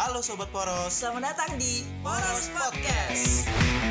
Halo Sobat Poros. Selamat datang di Poros Podcast.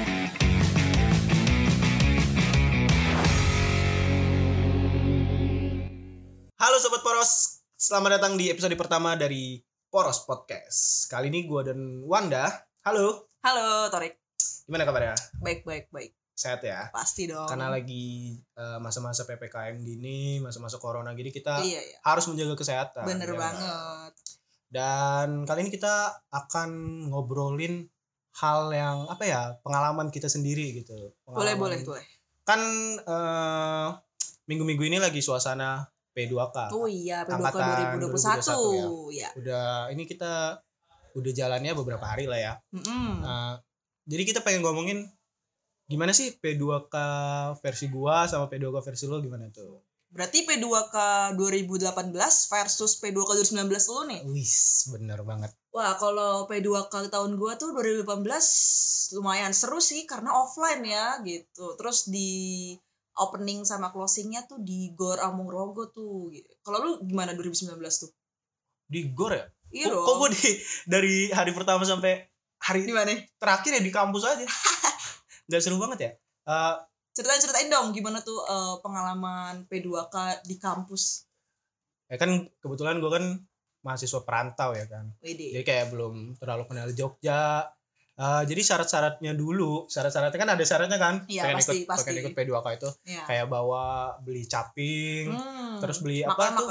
Halo Sobat Poros. Selamat datang di episode pertama dari Poros Podcast. Kali ini gue dan Wanda. Halo. Halo Torik. Gimana kabarnya? Baik. Sehat ya? Pasti dong. Karena lagi masa-masa PPKM gini, masa-masa corona gini, kita Iya. harus menjaga kesehatan. Bener ya banget. Dan kali ini kita akan ngobrolin hal yang pengalaman kita sendiri gitu. Boleh. Kan minggu-minggu ini lagi suasana P2K. Oh iya, P2K Angkatan 2021 ya. Udah ini kita udah jalannya beberapa hari lah ya. Jadi kita pengen ngomongin gimana sih P2K versi gua sama P2K versi lo gimana tuh? Berarti P2K 2018 versus P2K 2019 lo nih. Wis, bener banget. Wah, kalau P2K tahun gua tuh 2018 lumayan seru sih karena offline ya gitu. Terus di opening sama closingnya tuh di Gor Amung-Rogo tuh gitu. Kalau lu gimana 2019 tuh? Di GOR ya? Iya dong. Kok gua dari hari pertama sampai hari Di mana? terakhir ya di kampus aja. Gak seru banget ya? Ceritain dong gimana tuh pengalaman P2K di kampus. Ya kan kebetulan gue kan mahasiswa perantau ya kan. WD. Jadi kayak belum terlalu kenal Jogja. Jadi syaratnya kan ada syaratnya kan. Iya, pasti. Pengen ikut P2K itu. Ya. Kayak beli caping, terus beli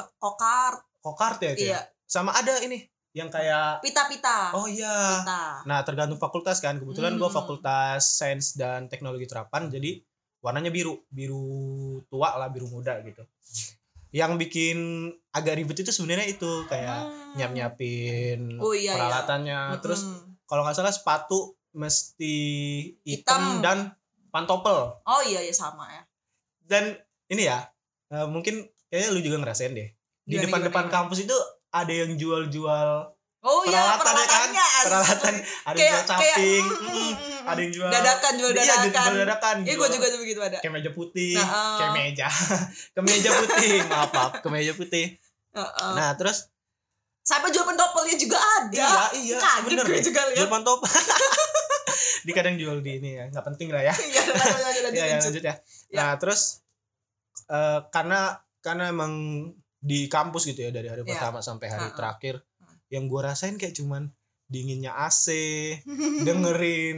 kokart ya itu. Iya. Ya. Sama ada ini yang kayak pita. Oh iya. Pita. Nah, tergantung fakultas kan. Kebetulan gue fakultas Sains dan Teknologi Terapan, jadi warnanya biru tua lah, biru muda gitu. Yang bikin agak ribet itu sebenarnya itu kayak nyiapin peralatannya. Terus kalau nggak salah sepatu mesti hitam dan pantopel. Oh iya sama ya. Dan ini ya, mungkin kayaknya lu juga ngerasain deh. Di depan kampus itu ada yang jual peralatannya kan? Peralatan ada yang jual caping, ada yang jual dadakan. Jual dadakan. Iya, gue juga tuh begitu ada. Kemeja putih, kemeja putih. Nah, terus sampai jual pentopelnya juga ada. Iya, bener deh. Juga lihat. Jual pentopel. Di kadang jual di ini ya, nggak penting lah ya. Iya, lanjut ya. Nah, terus karena emang di kampus gitu ya, dari hari pertama sampai hari terakhir, yang gue rasain kayak cuman dinginnya AC, dengerin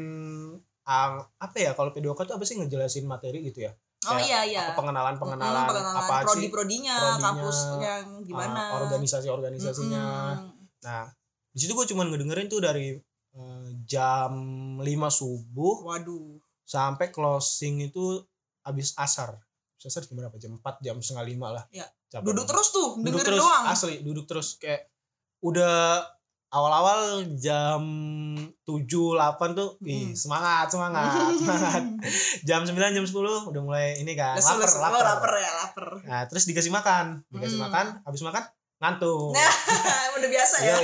kalau P2K tuh apa sih, ngejelasin materi gitu ya. Kayak iya. Pengenalan apa sih prodinya, kampus yang gimana, organisasinya. Nah, di situ gue cuman ngedengerin tuh dari jam 5 subuh. Waduh. Sampai closing itu habis asar. Asar jam berapa? Jam 4, jam setengah 5 lah. Ya. Capek duduk banget. Terus tuh, dengerin terus, doang. Asli, duduk terus kayak udah awal-awal jam 7-8 tuh semangat. Jam 9 jam 10 udah mulai ini kan, lapar. Nah, terus dikasih makan, habis makan ngantuk. Nah, udah biasa ya.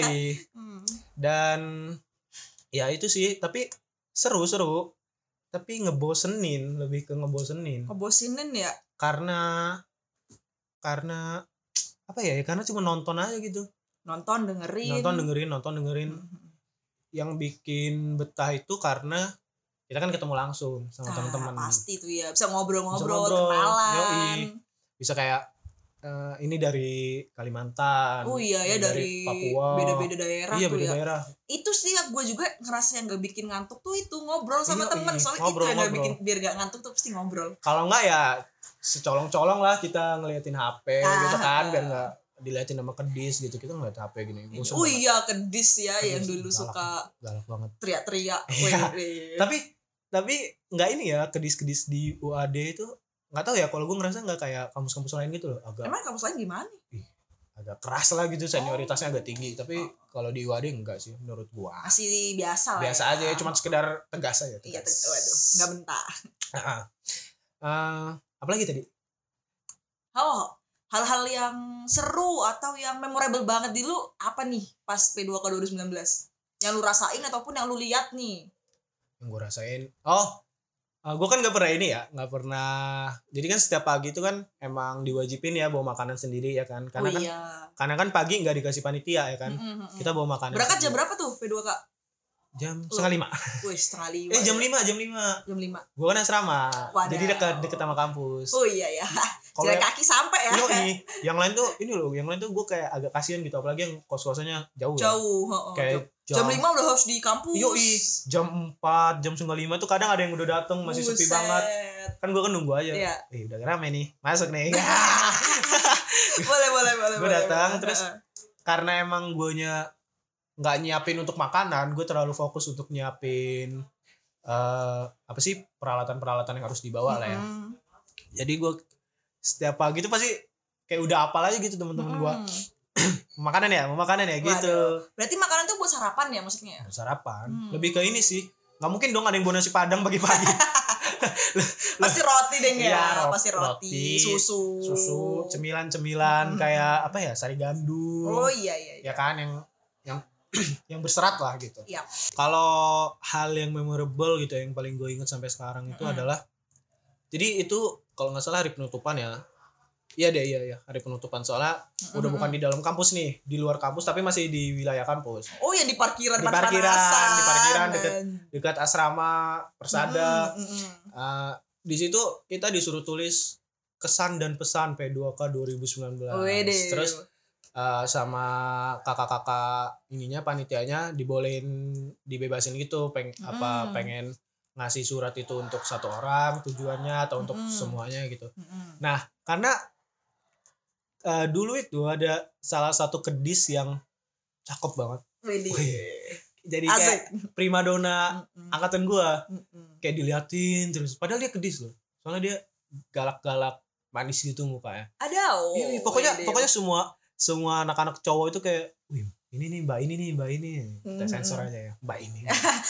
Dan ya itu sih, tapi seru. Tapi lebih ke ngebosenin. Ngebosenin ya? Karena apa ya? Karena cuma nonton aja gitu. Nonton dengerin. Yang bikin betah itu karena kita kan ketemu langsung sama teman-teman. Pasti tuh ya, bisa ngobrol, kenalan. Bisa kayak ini dari Kalimantan. Oh iya ya, dari Papua. Beda-beda daerah iya, tuh beda ya. daerah. Itu sih ya, gue juga ngerasa yang gak bikin ngantuk tuh itu ngobrol sama temen. Soalnya ngobrol. Itu yang gak bikin, biar gak ngantuk tuh pasti ngobrol. Kalau enggak ya secolong-colong lah kita ngeliatin HP gitu kan, biar gak diliatin sama kedis gitu. Kita ngeliat HP gini. Oh iya, kedis ya, yang dulu suka galak banget, teriak-teriak. Tapi nggak ini ya, kedis-kedis di UAD itu nggak tahu ya, kalau gue ngerasa nggak kayak kampus-kampus lain gitu loh. Emang kampus lain gimana? Agak keras lah gitu, senioritasnya agak tinggi. Tapi kalau di UAD enggak sih menurut gue. Masih biasa lah. Biasa aja ya, cuma sekedar tegas aja. Iya, waduh, nggak bentar. Apalagi tadi? Hal-hal yang seru atau yang memorable banget di lu apa nih pas P2K 2019? Yang lu rasain ataupun yang lu lihat nih? Yang gue rasain, Gue kan nggak pernah ini ya, nggak pernah. Jadi kan setiap pagi itu kan emang diwajibin ya bawa makanan sendiri ya kan. Oh iya. Karena kan pagi nggak dikasih panitia ya kan. Kita bawa makanan. Berangkat jam sendiri. berapa tuh P2K? Jam 4:30. Wih, setengah 5. Jam 5. Jam 5. Gue kan asrama. Wadah. Jadi deket sama kampus. Oh iya ya. Kalau Jalan kaki sampai ya. Yang lain tuh ini loh, yang lain tuh gue kayak agak kasihan gitu, apalagi yang kos-kosannya jauh. Jauh, Kayak jam 5 udah harus di kampus. Jam 4, jam 5 tuh kadang ada yang udah dateng masih sepi banget. Kan gue kan nunggu aja. Iya. Udah rame nih, masuk nih. boleh. Gue datang terus karena emang guanya nggak nyiapin untuk makanan, gue terlalu fokus untuk nyiapin apa sih peralatan yang harus dibawa lah ya. Jadi gue setiap pagi tuh pasti kayak udah apal aja gitu temen-temen gue. Makanan ya gitu. Waduh. Berarti makanan tuh buat sarapan ya maksudnya? Sarapan. Lebih ke ini sih. Nggak mungkin dong ada yang bawa nasi padang pagi-pagi. Pasti roti deh ya. Iya, Pasti roti, susu, cemilan kayak apa ya, sari gandum. Oh iya. Ya kan yang berserat lah gitu. Iya. Kalau hal yang memorable gitu yang paling gue ingat sampai sekarang itu adalah, jadi itu kalau nggak salah hari penutupan ya. Iya hari penutupan, soalnya udah bukan di dalam kampus nih, di luar kampus tapi masih di wilayah kampus. Oh yang di parkiran dekat asrama Persada. Di situ kita disuruh tulis kesan dan pesan P2K 2019. Terus sama kakak-kakak ininya panitianya dibebasin gitu, pengen ngasih surat itu untuk satu orang tujuannya atau untuk semuanya gitu. Nah karena dulu itu ada salah satu kedis yang cakep banget. Jadi kayak primadona angkatan gua. Kayak diliatin terus, padahal dia kedis loh, soalnya dia galak-galak manis gitu mukanya. Pokoknya semua anak-anak cowok itu kayak, wih ini nih mbak ini kita sensor aja ya, mbak ini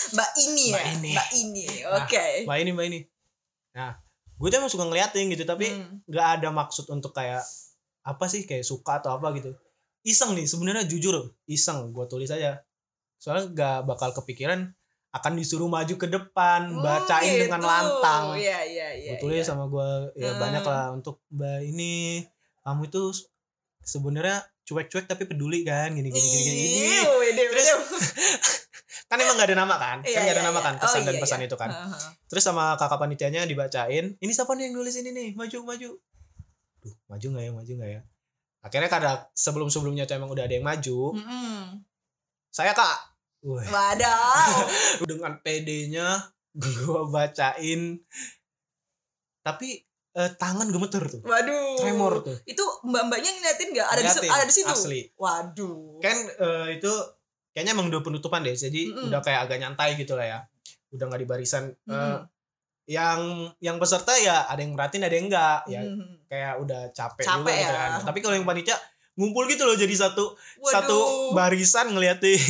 oke. Mbak ini. Nah gue tuh emang suka ngeliatin gitu, tapi nggak ada maksud untuk kayak apa sih, kayak suka atau apa gitu. Iseng nih sebenarnya, jujur iseng gue tulis aja, soalnya nggak bakal kepikiran akan disuruh maju ke depan bacain gitu. Dengan lantang. Iya. Gue tulis sama gue ya banyak lah, untuk mbak ini kamu itu sebenarnya cuek-cuek tapi peduli kan, gini. Terus kan emang nggak ada nama kan, nggak ada nama kan pesan dan pesan itu kan. Terus sama kakak panitianya dibacain, ini siapa nih yang nulis ini nih, maju. Duh, maju nggak ya. Akhirnya kadang sebelumnya tuh emang udah ada yang maju. Saya kak. Waduh. Dengan PD-nya gue bacain, tapi tangan gemeter tuh. Waduh. Tremor tuh. Itu mbak-mbaknya ngeliatin nggak? Ada di situ. Asli. Waduh. Kan itu kayaknya emang udah penutupan deh, jadi udah kayak agak nyantai gitu lah ya. Udah nggak di barisan. Yang peserta ya ada yang merhatiin ada yang enggak ya, kayak udah capek juga gitu kan. Tapi kalau yang panitia ngumpul gitu loh, jadi satu barisan ngeliatin.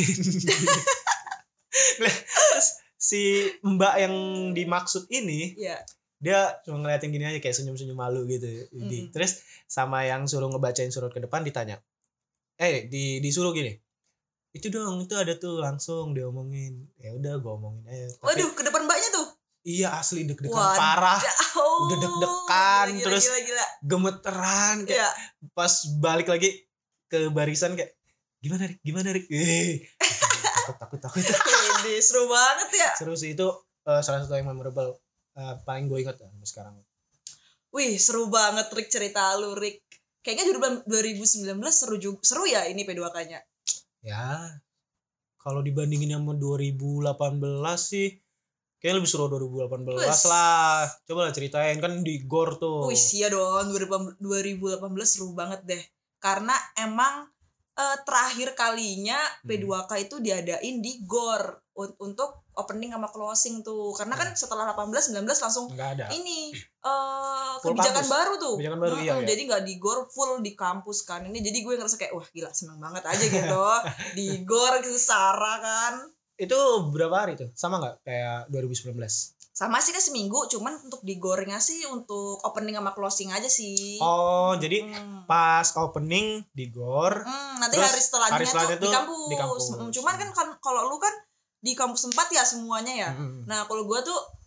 Si mbak yang dimaksud ini dia cuma ngeliatin gini aja kayak senyum-senyum malu gitu. Terus sama yang suruh ngebacain surat ke depan ditanya, disuruh gini, itu dong, itu ada tuh langsung diomongin. Ya udah gue omongin aja. Waduh, ke depan mbaknya tuh. Iya asli deg-degan parah. Udah deg-degan terus gila. Gemeteran kayak pas balik lagi ke barisan kayak gimana Rik? Takut. Ini seru banget ya. Seru sih itu, salah satu yang memorable, paling gue ingat sampai sekarang. Wih, seru banget Rik, cerita lu Rik. Kayaknya 2019 seru ya ini P2K-nya. Ya. Kalau dibandingin sama 2018 sih kayaknya lebih seru 2018 lah. Coba lah ceritain, kan di GOR tuh. Wih, iya dong, 2018 seru banget deh. Karena emang terakhir kalinya P2K itu diadain di GOR untuk opening sama closing tuh. Karena kan setelah 18 19 langsung ini kebijakan baru tuh. Kebijakan baru iya. Jadi enggak di GOR, full di kampus kan. Ini jadi gue ngerasa kayak wah gila, seneng banget aja gitu. Di GOR gitu Sarah kan. Itu berapa hari tuh? Sama nggak kayak 2019? Sama sih kan seminggu, cuman untuk di GOR-nya sih untuk opening sama closing aja sih. Oh, jadi pas opening di GOR, nanti hari setelahnya tuh di kampus. Cuman kan kalau lu kan di kampus 4 ya semuanya ya. Nah, kalau gua tuh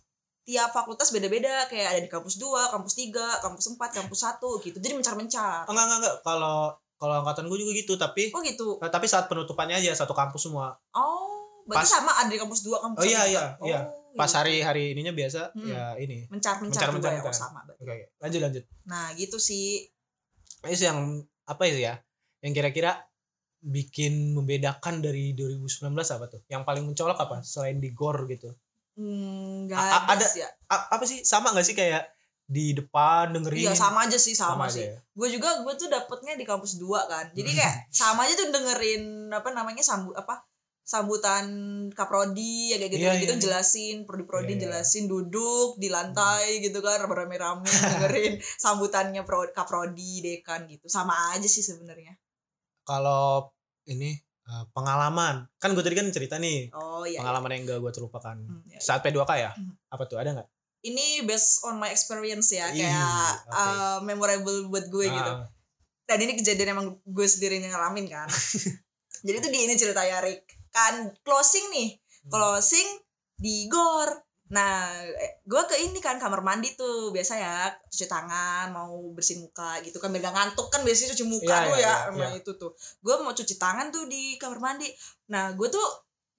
tiap fakultas beda-beda, kayak ada di kampus 2, kampus 3, kampus 4, kampus 1 gitu. Jadi mencar-mencar. Enggak. Kalau angkatan gue juga gitu, tapi Oh gitu. tapi saat penutupannya aja satu kampus semua. Oh, berarti sama ada di kampus 2, kampus 1. Oh iya. Pas gitu. hari ininya biasa ya ini. Mencar juga ya, sama berarti. Oke. Lanjut. Nah, gitu sih. Ini yang apa itu ya? Yang kira-kira bikin membedakan dari 2019 apa tuh? Yang paling mencolok apa selain di GOR gitu? Enggak ada ya. Apa sih, sama nggak sih kayak di depan dengerin? Iya, sama aja sih, sama sih. Ya? Gue tuh dapetnya di kampus 2 kan. Jadi kayak sama aja tuh dengerin sambutan kaprodi ya kayak gitu jelasin prodi jelasin duduk di lantai gitu kan rame-rame dengerin sambutannya kaprodi dekan gitu. Sama aja sih sebenarnya. Kalau ini pengalaman kan gue tadi kan cerita nih pengalaman yang gak gue terlupakan saat P2K ya. Apa tuh, ada nggak? Ini based on my experience ya, kayak memorable buat gue gitu. Dan ini kejadian emang gue sendiri yang ngalamin kan. Jadi tuh di ini cerita ya Rick kan closing di GOR. Nah, gue ke ini kan kamar mandi tuh biasa ya, cuci tangan, mau bersih muka gitu kan, biar gak ngantuk kan biasanya cuci muka itu tuh. Gue mau cuci tangan tuh di kamar mandi. Nah, gue tuh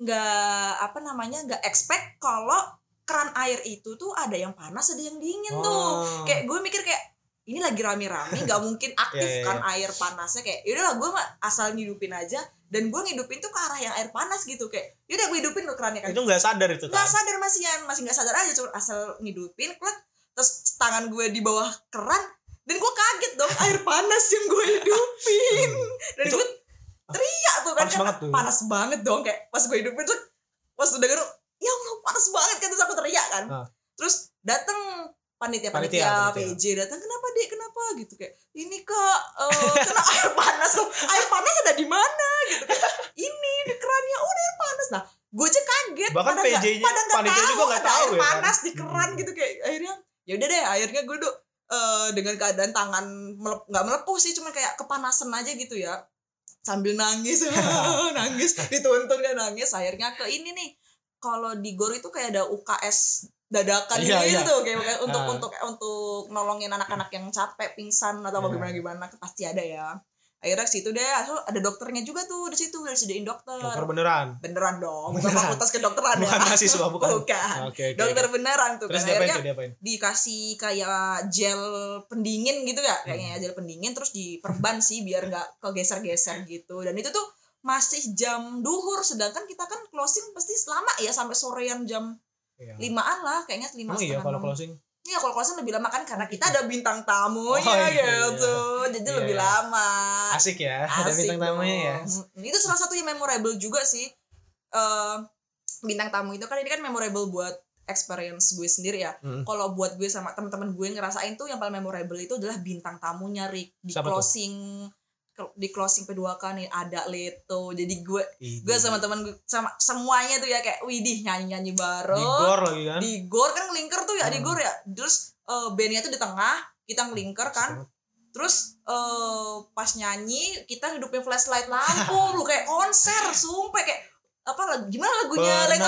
nggak expect kalau keran air itu tuh ada yang panas, ada yang dingin tuh. Kayak gue mikir kayak ini lagi rame-rame, nggak mungkin aktif kan air panasnya, kayak yaudahlah gue asal ngidupin aja. Dan gue ngidupin tuh ke arah yang air panas gitu, kayak yaudah gue hidupin loh kerannya kan. Itu nggak sadar itu kan? Nggak sadar, masih nggak sadar aja, cuma asal ngidupin klek, terus tangan gue di bawah keran dan gue kaget dong air panas yang gue hidupin. Dan gue teriak tuh kan, panas banget dong, kayak pas gue hidupin tuh pas udah gitu ya Allah panas banget kan, terus aku teriak kan. Terus dateng panitia PJ datang, kenapa gitu, kayak ini Kak kena air panas loh. Air panas ada di mana gitu, kayak ini di kerannya udah air panas. Nah gue aja kaget, bahkan PJ-nya panitia juga nggak tahu air ya panas kan? Di keran gitu. Kayak akhirnya ya udah deh, akhirnya gue tuh dengan keadaan tangan nggak melepuh sih, cuma kayak kepanasan aja gitu ya, sambil nangis dituntun kan nangis. Akhirnya ke ini nih, kalau di GOR itu kayak ada UKS dadakan gitu. Kayak untuk nolongin anak-anak yang capek, pingsan atau gimana pasti ada ya. Akhirnya situ deh, ada dokternya juga tuh di situ, udah disediain dokter beneran dong, bukan fakultas kedokteran ya, bukan mahasiswa, bukan. Okay. Dokter beneran tuh. Terus kan akhirnya diapain? Dikasih kayak gel pendingin gitu ya, kayaknya gel pendingin, terus diperban sih biar nggak kegeser-geser gitu. Dan itu tuh masih jam duhur, sedangkan kita kan closing pasti lama ya, sampai sorean jam 5-an lah kayaknya, 5:30. Iya kalau closing. Iya kalau closing lebih lama kan, karena kita ada bintang tamunya gitu. Jadi lebih lama. Asik ya, ada bintang tamunya ya. Itu salah satu yang memorable juga sih. Bintang tamu itu kan, ini kan memorable buat experience gue sendiri ya. Kalau buat gue sama teman-teman gue ngerasain tuh yang paling memorable itu adalah bintang tamunya Rick di closing P2K nih, ada Leto. Jadi gue sama teman gue sama semuanya tuh ya kayak widih nyanyi bareng. Di GOR lagi kan? Di GOR kan ngelingker tuh ya, di GOR ya. Terus bandnya tuh di tengah, kita ngelingker kan. Terus pas nyanyi kita hidupin flashlight lampu lu kayak konser, sumpah kayak gimana lagunya Leto?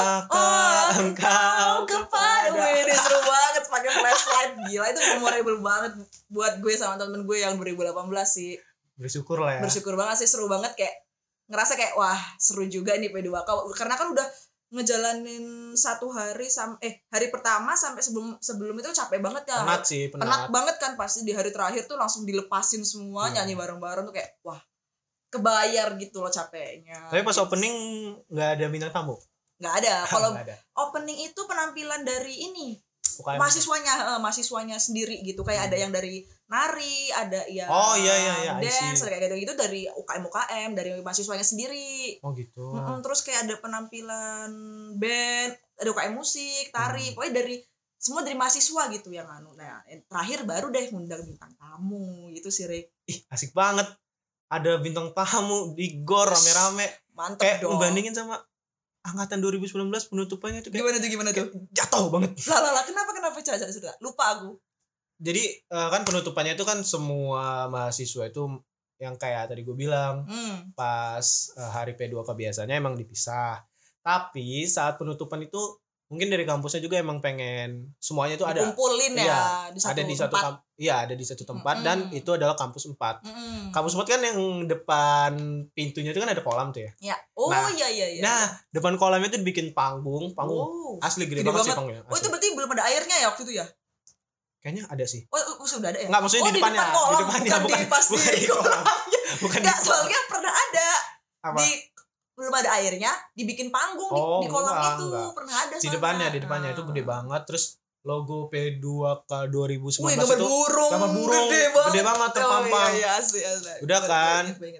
Engkau kepada gue, seru banget pakai flashlight, gila itu memorable banget buat gue sama temen gue yang 2018 sih. Bersyukur lah ya. Bersyukur banget sih, seru banget, kayak ngerasa kayak wah seru juga nih P2K, karena kan udah ngejalanin satu hari hari pertama sampai sebelum itu capek banget ya. Penat banget kan, pasti di hari terakhir tuh langsung dilepasin semua, nyanyi bareng-bareng tuh kayak wah kebayar gitu loh capeknya. Tapi pas opening nggak ada bintang tamu? Nggak ada. Kalau opening itu penampilan dari ini UKM. mahasiswanya sendiri gitu, kayak ada yang dari nari, ada yang dance kayak gitu dari UKM dari mahasiswanya sendiri. Oh gitu. Terus kayak ada penampilan band, ada UKM musik, tari, pokoknya semua dari mahasiswa gitu yang Nah, terakhir baru deh ngundang bintang tamu gitu sih, Rick. Asik banget. Ada bintang tamu di GOR rame-rame. Mantep kayak dong. Membandingin sama angkatan 2019 penutupannya tuh kayak gimana tuh? Jatuh banget. Lah kenapa caca sudah lupa aku. Jadi kan penutupannya itu kan semua mahasiswa itu yang kayak tadi gue bilang pas hari P2K biasanya emang dipisah. Tapi saat penutupan itu mungkin dari kampusnya juga emang pengen semuanya itu ada. Dikumpulin ya Iya, di satu ada di satu tempat. ada di satu tempat dan itu adalah kampus 4. Mm-mm. Kampus 4 kan yang depan pintunya itu kan ada kolam tuh ya. Ya. Oh Nah, iya. Nah, depan kolamnya itu dibikin panggung Oh. asli gede Gede banget sih banget. panggungnya. Oh itu asli. berarti belum ada airnya ya waktu itu ya? Kayaknya ada sih. Oh sudah ada ya? Enggak, maksudnya Oh, di depannya, depan kolam, di depannya bukan di pas bukan di di kolam. Bukan di Enggak, kolam. soalnya pernah ada Apa? belum ada airnya, dibikin panggung Oh, di kolam enggak, itu. enggak. Pernah ada Di soalnya. depannya itu gede banget, terus logo P2K 2019 Wih, gambar itu burung. gambar burung gede banget terpampang. Oh, iya, asli. Udah kan? Banget.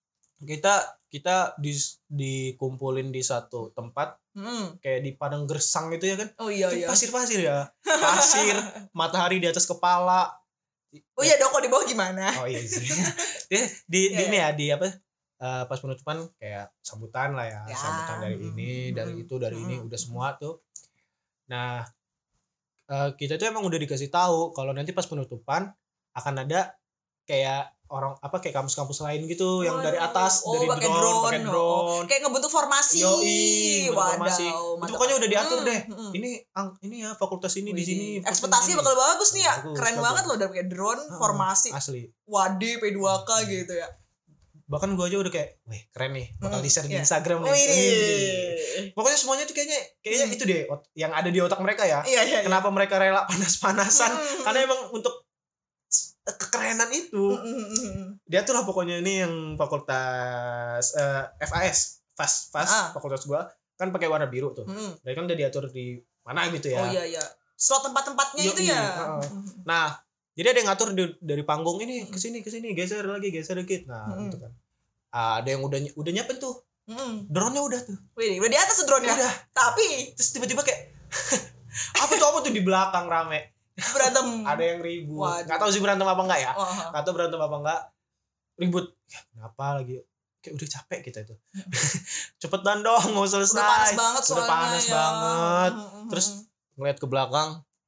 Kita dikumpulin di satu tempat kayak di padang gersang gitu ya kan. Oh iya. Pasir-pasir ya. Pasir, matahari di atas kepala. Oh iya, dong, di bawah gimana? Oh iya sih. di ini ya di apa? Pas penutupan kayak sambutan lah ya. Sambutan dari ini, dari itu, dari ini udah semua tuh. Nah, kita tuh emang udah dikasih tahu kalau nanti pas penutupan akan ada kayak kayak kampus-kampus lain gitu yang dari atas dari pakai drone. Kayak ngebentuk formasi. Yoi, formasi. Itu pokoknya udah diatur deh. Ini ya fakultas ini di sini. Ekspektasinya bakal bagus nih ya. Bagus, Keren bagus. banget loh, udah pakai drone, formasi. Asli. Wadi P2K gitu ya. Bahkan gue aja udah kayak, wih keren nih, bakal di-share di Iya. Instagram nih. Pokoknya semuanya tuh kayaknya itu deh yang ada di otak mereka ya. Iya. Kenapa mereka rela panas-panasan? Karena emang untuk kekerenan itu. Dia tuh lah pokoknya ini yang fakultas FAS, FAS fakultas gua kan pakai warna biru tuh. Jadi kan udah diatur di mana gitu ya. Oh iya. Slot tempat-tempatnya itu ya. Nah, jadi ada yang ngatur dari panggung ini ke sini, geser dikit. Nah, gitu kan. Ada yang udah nyiapin tuh. Drone-nya udah tuh. Wih, udah di atas tuh drone-nya. Udah. Tapi Terus tiba-tiba kayak apa tuh di belakang rame. berantem. Ada yang ribut. Waduh. Gak tahu sih berantem apa enggak ya. Oh. Gak tahu berantem apa enggak. Ribut. Ya, kenapa lagi? Kayak udah capek kita itu. Cepetan dong mau selesai. Udah panas banget soalnya. Udah panas ya. banget. Terus ngeliat ke belakang.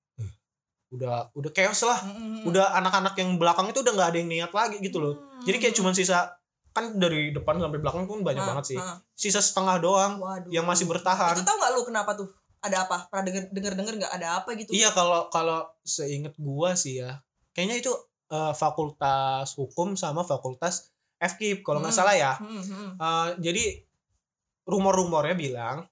Udah chaos lah. Udah anak-anak yang belakang itu udah gak ada yang niat lagi gitu loh. Jadi kayak cuma sisa, kan dari depan sampai belakang pun banyak banget sih. Sisa setengah doang. Waduh. Yang masih bertahan. Itu tahu nggak lu kenapa tuh? Ada apa? Pernah denger nggak ada apa gitu? Iya, kalau seinget gua sih ya, kayaknya itu fakultas hukum sama fakultas FKIP kalau nggak salah ya. Jadi rumor-rumornya bilang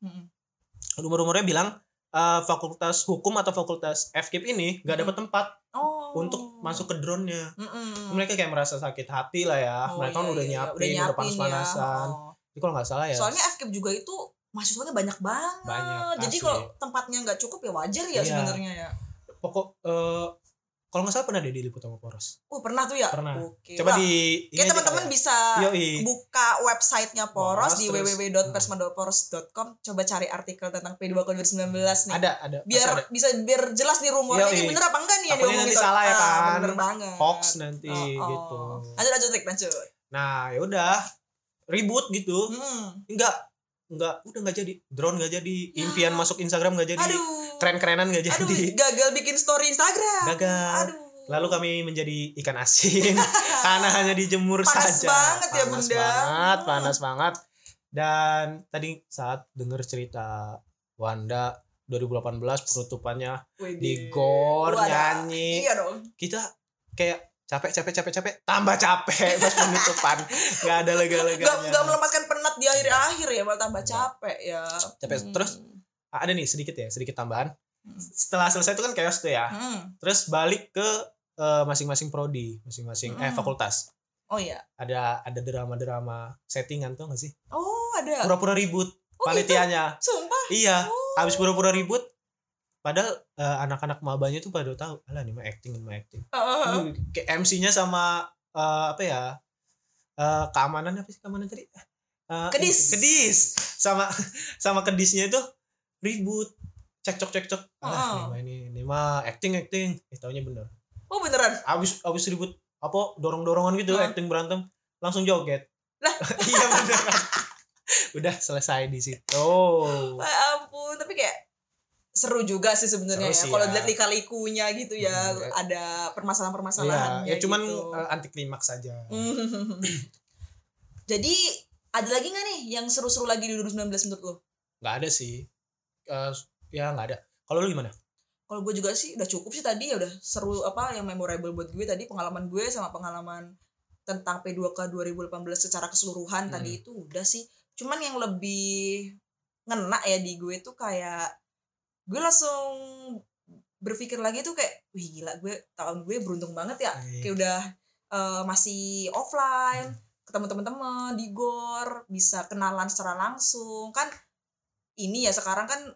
fakultas hukum atau fakultas FKIP ini nggak dapat tempat untuk masuk ke drone-nya. Mereka kayak merasa sakit hati lah ya. Mereka kan udah nyiapin, udah panas-panasan. Jadi kalau nggak salah ya. Soalnya FKIP juga itu mahasiswanya banyak banget. Jadi asli. kalau tempatnya nggak cukup ya wajar ya sebenarnya ya. Kalau nggak salah pernah diliput sama Poros. Pernah tuh ya? Pernah. Oke. Coba kayak teman-teman bisa buka websitenya Poros di terus, www.persma.poros.com. Coba cari artikel tentang P2K 2019 nih. Ada. Biar jelas nih rumornya ini bener apa enggak nih yang diomongin. Nanti salah ya kan. Bener banget. Hoax nanti gitu. Lanjut. Nah, ya udah ribut gitu. Udah nggak jadi. Drone nggak jadi. Impian masuk Instagram nggak jadi. Aduh. Keren-kerenan nggak jadi. Gagal bikin story Instagram. Gagal. Aduh. Lalu kami menjadi ikan asin karena hanya dijemur panas saja. Banget ya Bunda. Panas banget. Dan tadi saat dengar cerita Wanda 2018 penutupannya di GOR nyanyi. Iya dong. Kita kayak capek tambah capek pas penutupan. Gak ada lega-leganya. Gak melepaskan penat di akhir-akhir ya, malah tambah capek ya. Capek. Terus ada nih sedikit tambahan. Setelah selesai itu kan chaos tuh ya. Terus balik ke masing-masing prodi, masing-masing fakultas. Oh iya. Ada drama-drama settingan tuh gak sih? Oh, ada. Pura-pura ribut panitianya. Gitu? Sumpah. Iya, habis pura-pura ribut padahal anak-anak mabanya tuh pada tahu, alah ini mah acting. Kayak MC-nya sama keamanan apa sih keamanan tadi? Kedis. Sama kedisnya itu ribut. Cekcok. Alah, ini mah acting. Taunya bener. Oh, beneran? Abis ribut dorong-dorongan gitu, acting berantem, langsung joget. Lah, iya beneran. Udah selesai di situ. Ya ampun, tapi kayak seru juga sih sebenarnya ya. Kalau dilihat lika-likunya gitu ya, ada permasalahan-permasalahannya. Ya cuman gitu. anti klimaks saja. Jadi ada lagi nggak nih yang seru-seru lagi di 2019 menurut lo? Nggak ada sih. ya nggak ada. Kalau lu gimana? Kalau gue juga sih udah cukup sih tadi, ya udah seru apa yang memorable buat gue tadi, pengalaman gue sama pengalaman tentang P2K 2018 secara keseluruhan tadi itu udah sih. Cuman yang lebih ngena ya di gue tuh kayak gue langsung berpikir lagi tuh kayak wih gila, gue tahun gue beruntung banget ya. Kayak udah masih offline, ketemu teman-teman di GOR, bisa kenalan secara langsung. Kan ini ya sekarang kan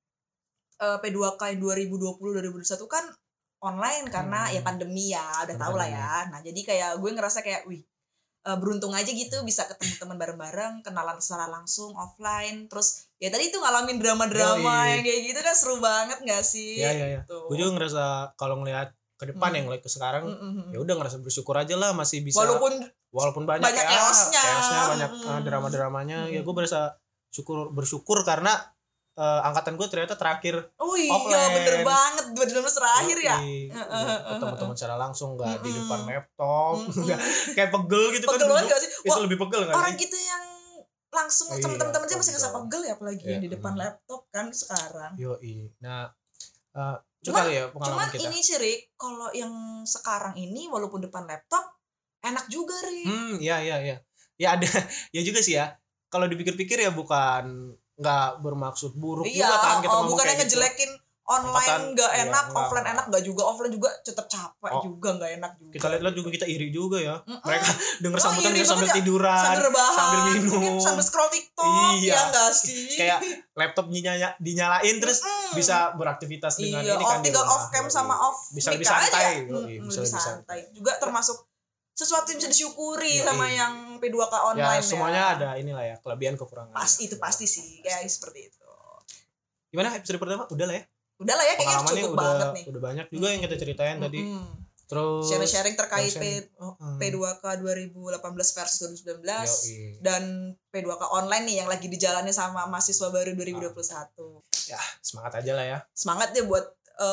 P2K 2020-2021 kan online karena ya pandemi ya, udah tau lah ya. Nah jadi kayak gue ngerasa kayak wih beruntung aja gitu bisa ketemu teman bareng-bareng, kenalan secara langsung offline. Terus ya tadi tuh ngalamin drama-drama yang kayak gitu kan seru banget gak sih? Iya. Gue juga ngerasa kalau ngelihat ke depan yang ke sekarang ya udah ngerasa bersyukur aja lah masih bisa walaupun banyak chaosnya banyak drama-dramanya. Ya gue berasa bersyukur karena angkatan gue ternyata terakhir offline. Iya bener banget 2019 terakhir ya. Ketemu teman secara langsung nggak di depan laptop, kayak pegel gitu kan. Pegel banget sih. Itu lebih pegel nggak sih? Orang kita yang langsung sama teman-teman aja masih ngerasa pegel ya, apalagi yang di depan laptop kan sekarang. Nah itu kali ya pengalaman kita. Cuman ini sih Rik, kalau yang sekarang ini walaupun depan laptop enak juga Rik. Iya. Ya ada ya juga sih ya. Kalau dipikir-pikir ya bukan nggak bermaksud buruk juga kan kita ngomong bukannya kayak ngejelekin gitu. Online nggak enak, offline enak nggak juga, offline juga tetap capek juga nggak enak juga. Kita lihat juga kita iri juga ya. Mereka denger sambutan dia sambil tiduran, sambil rebahan, sambil minum, sambil scroll TikTok, ya nggak sih? Kayak laptop dinyalain terus bisa beraktivitas dengan ini kan. Tinggal off cam sama off bisa lebih santai. Bisa lebih santai. Juga termasuk sesuatu yang bisa disyukuri sama yang P2K online ya. Semuanya ada inilah ya, kelebihan kekurangan. Itu pasti sih, kayak seperti itu. Gimana episode pertama? Udah lah ya kayaknya cukup banget nih. Udah banyak juga yang kita ceritain tadi. Terus sharing terkait P2K 2018 versus 2019 dan P2K online nih yang lagi dijalani sama mahasiswa baru 2021. Ya, semangat aja lah ya. Semangat ya buat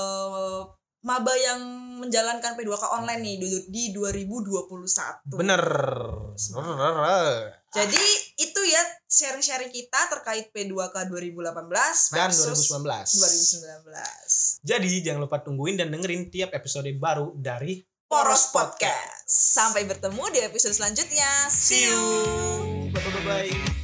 maba yang menjalankan P2K online nih di 2021. Bener. Jadi itu ya sharing-sharing kita terkait P2K 2018 dan versus 2019. Jadi jangan lupa tungguin dan dengerin tiap episode baru dari Poros Podcast. Sampai bertemu di episode selanjutnya. See you. Bye-bye.